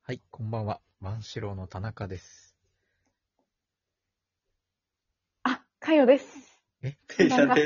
はい、こんばんは。万志郎の田中です。 あ、かよです。 ペイさんです。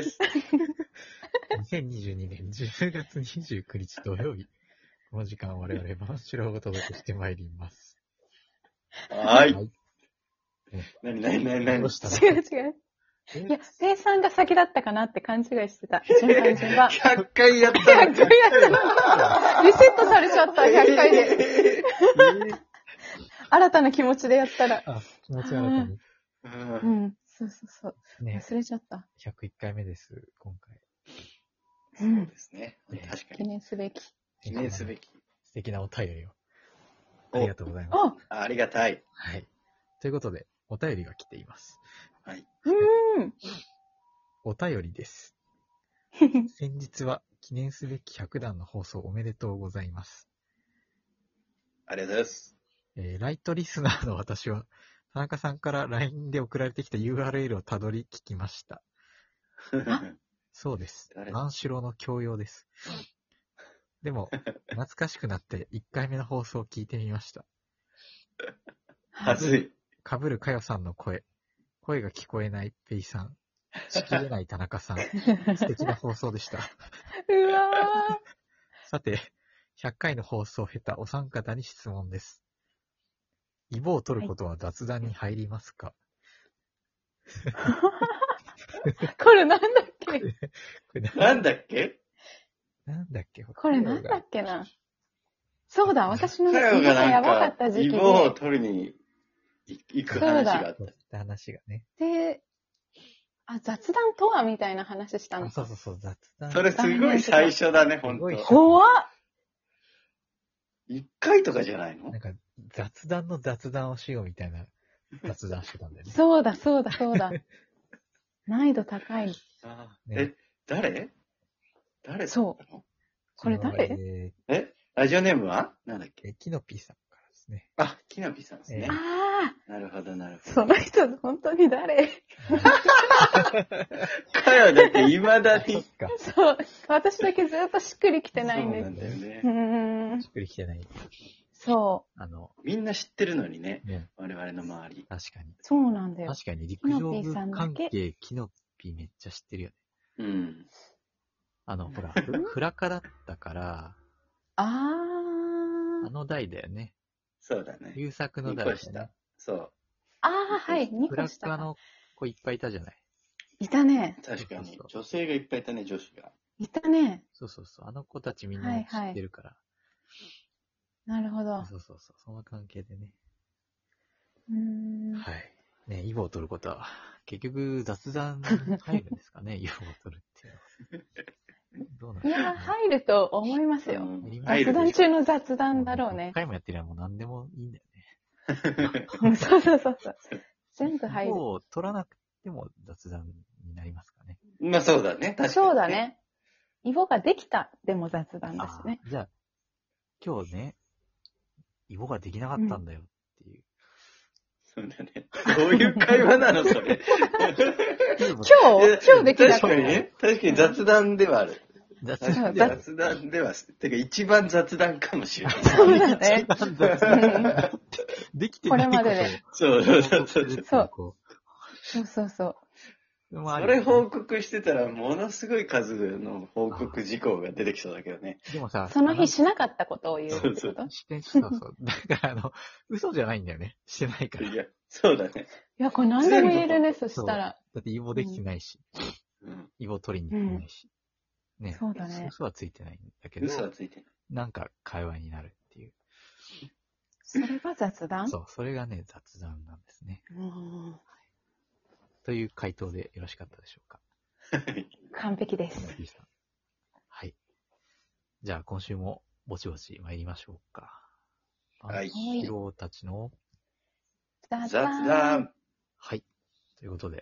2022年10月29日土曜日。この時間我々万志郎をお届けしてまいります。 はーい。 はいなにどうしたの違う。いや、ペイさんが先だったかなって勘違いしてた。順番。 100回やった 100回やったの。リセットされちゃった、100回で。新たな気持ちでやったら。 あ、気持ち新たに。 うん、そう。 ね、 忘れちゃった。 101回目です、今回。 そうですね。 ね記確かに。 念すべき。 記念すべき。 素敵なお便りを。ありがとうございます。 ありがたい。 はい。ということで、お便りが来ています。 はい。 お便りです。先日は記念すべき100弾の放送おめでとうございます。 ありがとうございます。 ライトリスナーの私は、田中さんから LINE で送られてきた URL をたどり聞きました。そうです。 誰万志郎の教養です。でも、懐かしくなって1回目の放送を聞いてみました。 はずい。 かぶるかよさんの声が聞こえないペイさん、しきれない田中さん、素敵な放送でした。 うわさて、100回の放送を経たお三方に質問です。イボを取ることは雑談に入りますか？ これなんだっけこれなんだっけなんだっけこれなんだっけな。そうだ、私のかよがやばかなんか、 った時期イボをで。 取りに行く話があった。 そうした話がね。 で、雑談とはみたいな話したの。 そう、雑談。 それすごい最初だね、ほんすごいと。 怖っ 1回とかじゃないのなんか、雑談の雑談をしようみたいな雑談してたんだよね。 そうだ。難易度高い。 ね誰そうこれ誰ラジオネームはなんだっけキノピーさんからですね。 あ、きなぴさんですね。 あなるほど。 その人、本当に誰かよだって未だに。 そっか。 そう。私だけずっとしっくりきてないんそうなです。 んだよね。 しっくりきてない。 そみんな知ってるのにね。 ね、 我々の周り。 確かに。 う。そうなんだよ。 確かに陸上部関係、キノピーめっちゃ知ってるよね。 うん。 ほら、フラカだったから、代だよね。 そうだね。 優作の 2 代だよね個下。。そう。 はい。2 フラ個下か。 カの子いっぱいいたじゃない。 いたね。 確かにそう。 女性がいっぱいいたね、女子が。 いたね。 そう。あの子たちみんな知ってるから。 なるほど。 そう。その関係でね。 ははい。ね、イボを取ることは、結局雑談に入るんですかね、イボを取るっていうのは。どうなんいや、入ると思いますよ。雑談中の雑談だろうね 1。回もやってりゃもう何でもいいんだよね。そう。全部入る。 イボを取らなくても雑談になりますかね。 まあそうだね、確かに。 そうだ。ね。イボができたでも雑談だしね。 じゃあ、今日ね、イボができなかったんだよっていう。 そうだね。どういう会話なの、それ。 今日できなかった。 確かにね。確かに雑談ではある。 雑談では、てか一番雑談かもしれない。 そうだね。 できてないこれまでで。 そう。それ報告してたら、ものすごい数の報告事項が出てきそうだけどね。 でもさ、 その日しなかったことを言うってことそう。だから嘘じゃないんだよね。してないから。 いや、そうだね。 いや、これ何でも言えるね、そしたら。 だってイボできてないし、イボ取りに行ってないし。ね。 そうだね。 嘘はついてないんだけど、 嘘はついてない。 なんか会話になるっていう。 それが雑談？ そう、それがね、雑談なんですね。という回答でよろしかったでしょうか。 完璧です。 はい。じゃあ今週もぼちぼち参りましょうか。 はい。 ヒーローたちの雑談。 はい。ということで、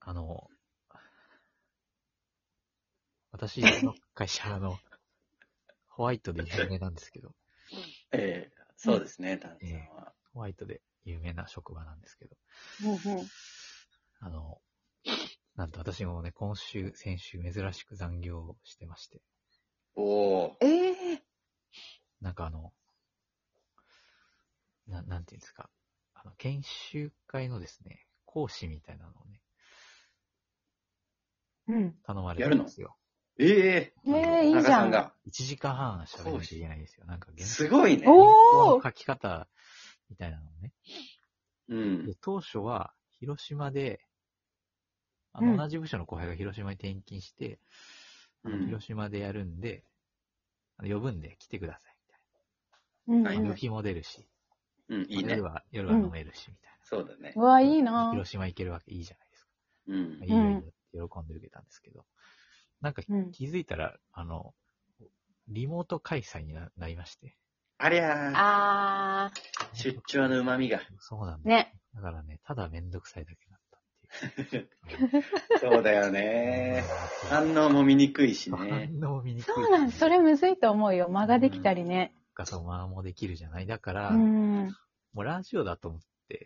私の会社ホワイトで有名なんですけど。 そうですね、タンさんは。 ホワイトで有名な職場なんですけど。なんと私もね、先週珍しく残業をしてまして。 おー。 なんかなんていうんですか。研修会のですね、講師みたいなのをね、頼まれたんですよ。 ええいい田中じゃん。 さんが。 1時間半喋らなきゃいけないんですよ。なんかすごいね。 原稿おーの書き方みたいなのをね。で、当初は、広島で、同じ部署の後輩が広島に転勤して、広島でやるんで、呼ぶんで来てください、みたいな。旅費も出るし、 いいね。 夜は飲めるし、みたいな。 そうだね。 うわ、いいな。 広島行けるわけいいじゃないですか。いいよって喜んで受けたんですけど、なんか気づいたら、リモート開催になりまして。 ありゃー。出張の旨味が。 そうなんだ。 ね。 だからね、ただめんどくさいだけだったっていう。 そうだよね。反応も見にくいしね。 反応も見にくい。 そうなんそれむずいと思うよ。間ができたりね。 そう、間もできるじゃない。だから、 もうラジオだと思って。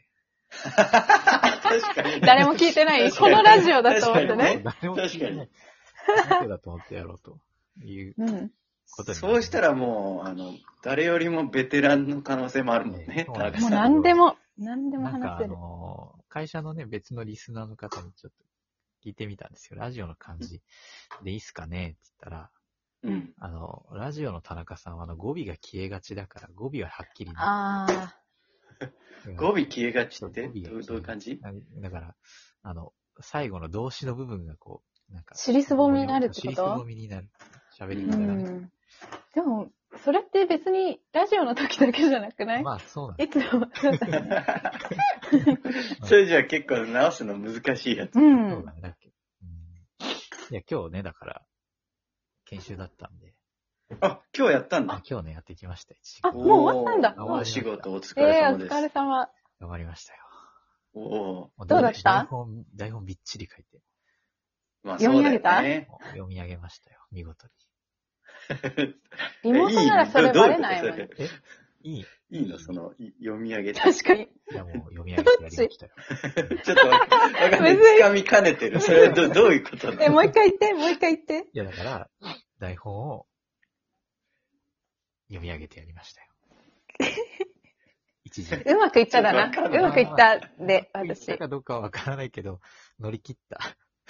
確かに。 誰も聞いてない。このラジオだと思ってね。 誰も聞いてない。ラジオだと思ってやろうということに。 そうしたらもう、誰よりもベテランの可能性もあるもんね。 もう何でも話せる。 会社のね、別のリスナーの方にちょっと聞いてみたんですよ。ラジオの感じでいいっすかねって言ったら、ラジオの田中さんは語尾が消えがちだから、語尾ははっきりね。 語尾消えがちってどういう感じ？ だから、最後の動詞の部分がこう、なんか。 尻すぼみになるってこと？ 尻すぼみになる。喋り方がね。 でも、それって別にラジオの時だけじゃなくない？ まあ、そうなんです。いつも。 それじゃあ結構直すの難しいやつ。 そうだね。いや、今日ね、だから、研修だったんで。 あ、今日やったんだ。 今日ね、やってきました。 あ、もう終わったんだ。 お仕事お疲れ様です。 お疲れ様。 頑張りましたよ。 どうだった？ 台本びっちり書いて。 まあ、 読み上げた？ 読み上げましたよ。見事に。 リモートならそれバレないもん。 いいのその、読み上げて。 確かに。 いや、もう読み上げてやりましたよ。 ちょっとわかんない。掴みかねてる。それどういうことなの？ もう一回言って。 いや、だから、台本を読み上げてやりましたよ。一時。 うまくいっただな。うまくいったで、私。 うまくいったかどうかはわからないけど、乗り切った。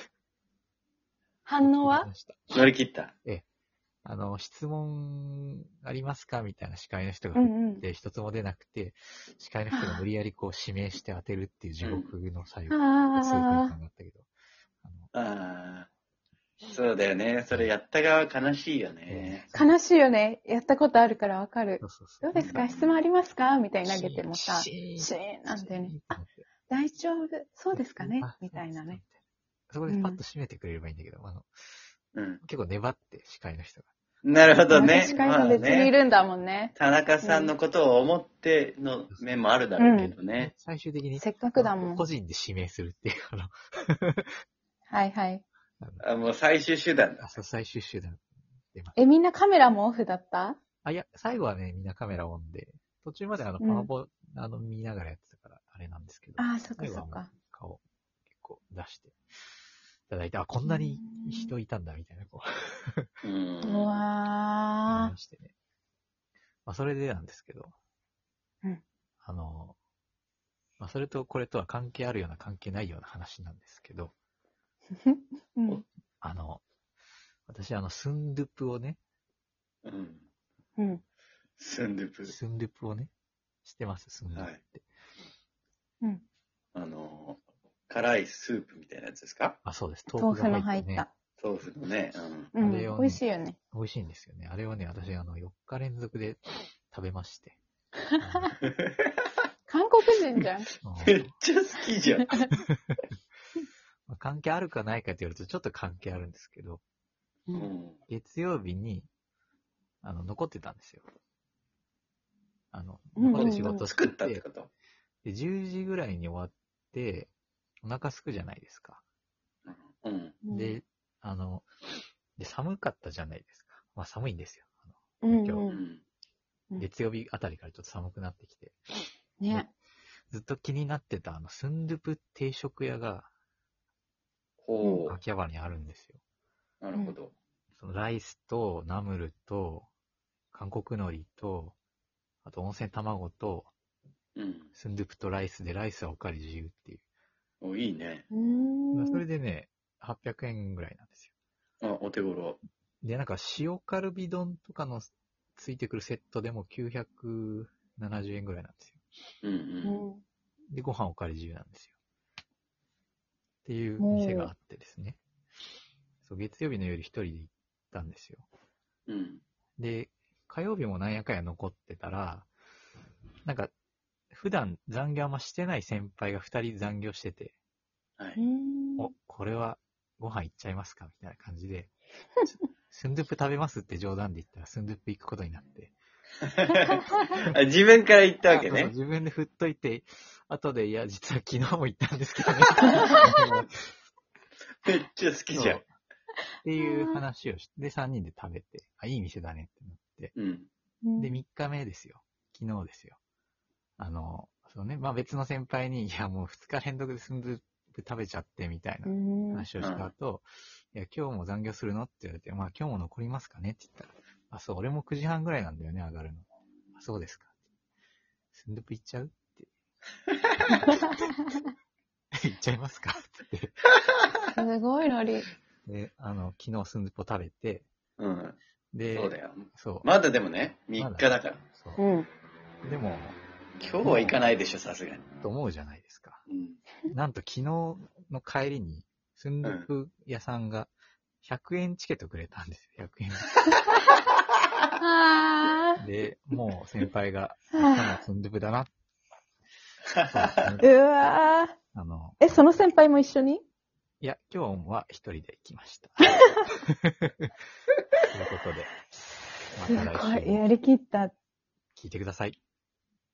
反応は？ 乗り切った。 質問ありますかみたいな司会の人が言って、一つも出なくて、司会の人が無理やりこう指名して当てるっていう地獄の最後、数分間だったけど。 そうだよね。それやった側悲しいよね。 悲しいよね。やったことあるからわかる。どうですか？質問ありますか？みたいに投げてもさ、シーンなんだよね。あ、大丈夫。そうですかねみたいなね。 そこでパッと締めてくれればいいんだけど、結構粘って司会の人が。 なるほどね。 司会さん別にいるんだもんね。 田中さんのことを思っての面もあるだろうけどね。 最終的に。 せっかくだもん。 個人で指名するっていう。 はいはい。 もう最終手段だ。 そう、最終手段。 みんなカメラもオフだった？ いや、最後はね、みんなカメラオンで、途中までパワポ、見ながらやってたから、あれなんですけど。 そっかそっか。 顔、結構出して。いただいて、こんなに人いたんだ、みたいな、こう。うわー。してね。それでなんですけど。それとこれとは関係あるような関係ないような話なんですけど。私、スンドゥプをね。 スンドゥプ。 スンドゥプをね。知ってます？スンドゥプって。 辛いスープみたいなやつですか？ そうです。 豆腐の入った。 豆腐のね。 美味しいよね。 美味しいんですよね。あれをね、私、4日連続で食べまして。 韓国人じゃん。 めっちゃ好きじゃん。 関係あるかないかって言われるとちょっと関係あるんですけど、月曜日に、残ってたんですよ。残って仕事作ったってこと？ で、10時ぐらいに終わって、お腹空くじゃないですか。で、寒かったじゃないですか。寒いんですよ。今日。月曜日あたりからちょっと寒くなってきて。 ね。 ずっと気になってたスンドゥプ定食屋が、秋葉原にあるんですよ。 なるほど。 そのライスとナムルと、韓国海苔と、あと温泉卵と、 スンドゥプとライスで、ライスはおかわり自由っていう。 お、いいね。 それでね、800円ぐらいなんですよ。あ、お手頃。 で、なんか塩カルビ丼とかのついてくるセットでも970円ぐらいなんですよ。で、ご飯おかわり自由なんですよ。っていう店があってですね。そう、月曜日の夜一人で行ったんですよ。で、火曜日もなんやかんや残ってたら、なんか、普段残業あんましてない先輩が2人残業してて、お、これはご飯行っちゃいますかみたいな感じで、スンドゥプ食べますって冗談で言ったらスンドゥプ行くことになって。 自分から言ったわけね。 そう自分で振っといて、後で、いや、実は昨日も行ったんですけどね。 めっちゃ好きじゃん。 っていう話をして、で、3人で食べて、あ、いい店だねってなって。で、3日目ですよ。昨日ですよ。そうね、まあ別の先輩に、いや、もう2日連続でスンドゥプ食べちゃって、みたいな話をした後、いや、今日も残業するのって言われて、まあ今日も残りますかねって言ったら、あ、そう、俺も9時半ぐらいなんだよね、上がるの。あ、そうですか。スンドゥプ行っちゃうって。行っちゃいますかって。 すごいノリ。 で、昨日スンドゥプを食べて、で、 そうだよ。 そう。 まだでもね、3日だから。 そう。でも、 今日は行かないでしょ、さすがに。 と思うじゃないですか。なんと昨日の帰りに、スンドゥプ屋さんが100円チケットくれたんですよ、100円。で、もう先輩が、今日もスンドゥプだな。 うわー。その先輩も一緒に？ いや、今日は一人で行きました。ということで、 また来週。すごい、やりきった。 聞いてください。